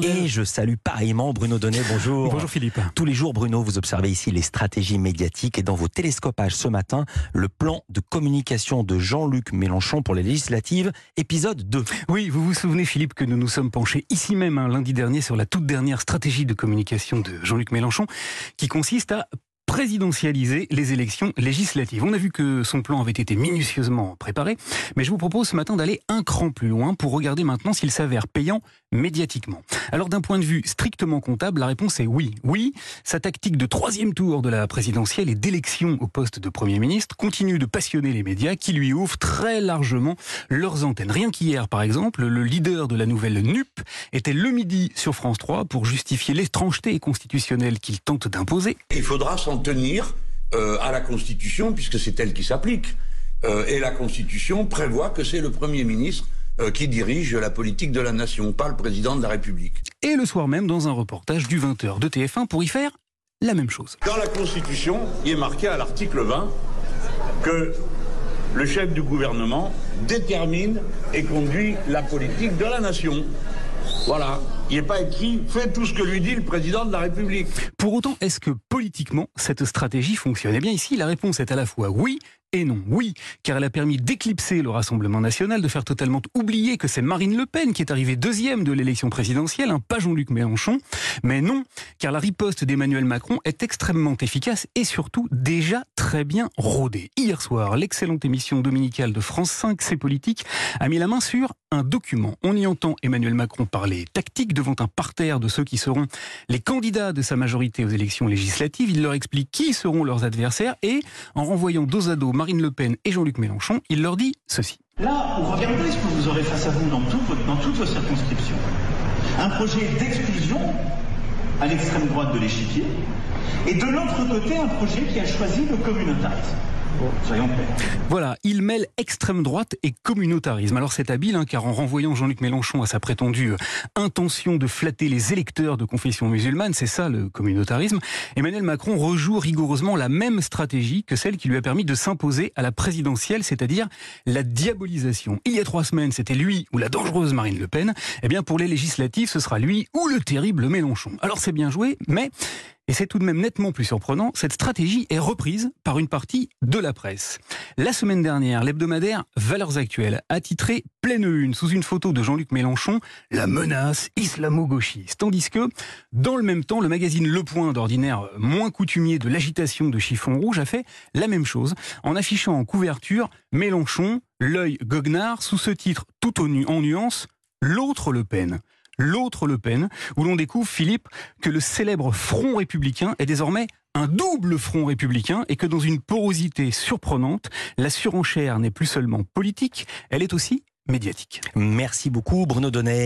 Et je salue pareillement Bruno Donnet, bonjour. Bonjour Philippe. Tous les jours, Bruno, vous observez ici les stratégies médiatiques et dans vos télescopages ce matin, le plan de communication de Jean-Luc Mélenchon pour les législatives, épisode 2. Oui, vous vous souvenez Philippe que nous nous sommes penchés ici même lundi dernier sur la toute dernière stratégie de communication de Jean-Luc Mélenchon qui consiste à présidentialiser les élections législatives. On a vu que son plan avait été minutieusement préparé, mais je vous propose ce matin d'aller un cran plus loin pour regarder maintenant s'il s'avère payant médiatiquement. Alors d'un point de vue strictement comptable, la réponse est oui. Oui, sa tactique de troisième tour de la présidentielle et d'élection au poste de Premier ministre continue de passionner les médias qui lui ouvrent très largement leurs antennes. Rien qu'hier, par exemple, le leader de la nouvelle NUP était le midi sur France 3 pour justifier l'étrangeté constitutionnelle qu'il tente d'imposer. Il faudra s'en tenir à la Constitution, puisque c'est elle qui s'applique. Et la Constitution prévoit que c'est le Premier ministre qui dirige la politique de la nation, pas le président de la République. Et le soir même, dans un reportage du 20h de TF1 pour y faire la même chose. Dans la Constitution, il est marqué à l'article 20 que le chef du gouvernement détermine et conduit la politique de la nation. Voilà. Il n'est pas écrit « faites tout ce que lui dit le président de la République ». Pour autant, est-ce que politiquement, cette stratégie fonctionne ? Eh bien ici, la réponse est à la fois oui et non. Oui, car elle a permis d'éclipser le Rassemblement national, de faire totalement oublier que c'est Marine Le Pen qui est arrivée deuxième de l'élection présidentielle, pas Jean-Luc Mélenchon. Mais non, car la riposte d'Emmanuel Macron est extrêmement efficace et surtout déjà très bien rodée. Hier soir, l'excellente émission dominicale de France 5, C'est politique, a mis la main sur un document. On y entend Emmanuel Macron parler tactique devant un parterre de ceux qui seront les candidats de sa majorité aux élections législatives. Il leur explique qui seront leurs adversaires et, en renvoyant dos à dos Marine Le Pen et Jean-Luc Mélenchon, il leur dit ceci. Là, regardez ce que vous aurez face à vous dans toutes vos circonscriptions. Un projet d'exclusion à l'extrême droite de l'échiquier et de l'autre côté, un projet qui a choisi le communautarisme. Soyons clairs. Voilà, il mêle extrême droite et communautarisme. Alors c'est habile, car en renvoyant Jean-Luc Mélenchon à sa prétendue intention de flatter les électeurs de confession musulmane, c'est ça le communautarisme, Emmanuel Macron rejoue rigoureusement la même stratégie que celle qui lui a permis de s'imposer à la présidentielle, c'est-à-dire la diabolisation. Il y a 3 semaines, c'était lui ou la dangereuse Marine Le Pen. Eh bien pour les législatives, ce sera lui ou le terrible Mélenchon. Alors c'est bien joué, mais... et c'est tout de même nettement plus surprenant, cette stratégie est reprise par une partie de la presse. La semaine dernière, l'hebdomadaire Valeurs Actuelles a titré pleine une sous une photo de Jean-Luc Mélenchon « La menace islamo-gauchiste ». Tandis que, dans le même temps, le magazine Le Point, d'ordinaire moins coutumier de l'agitation de chiffon rouge, a fait la même chose en affichant en couverture Mélenchon, l'œil goguenard, sous ce titre tout en nuance « L'autre Le Pen ». L'autre Le Pen, où l'on découvre, Philippe, que le célèbre Front républicain est désormais un double front républicain et que dans une porosité surprenante, la surenchère n'est plus seulement politique, elle est aussi médiatique. Merci beaucoup Bruno Donnet.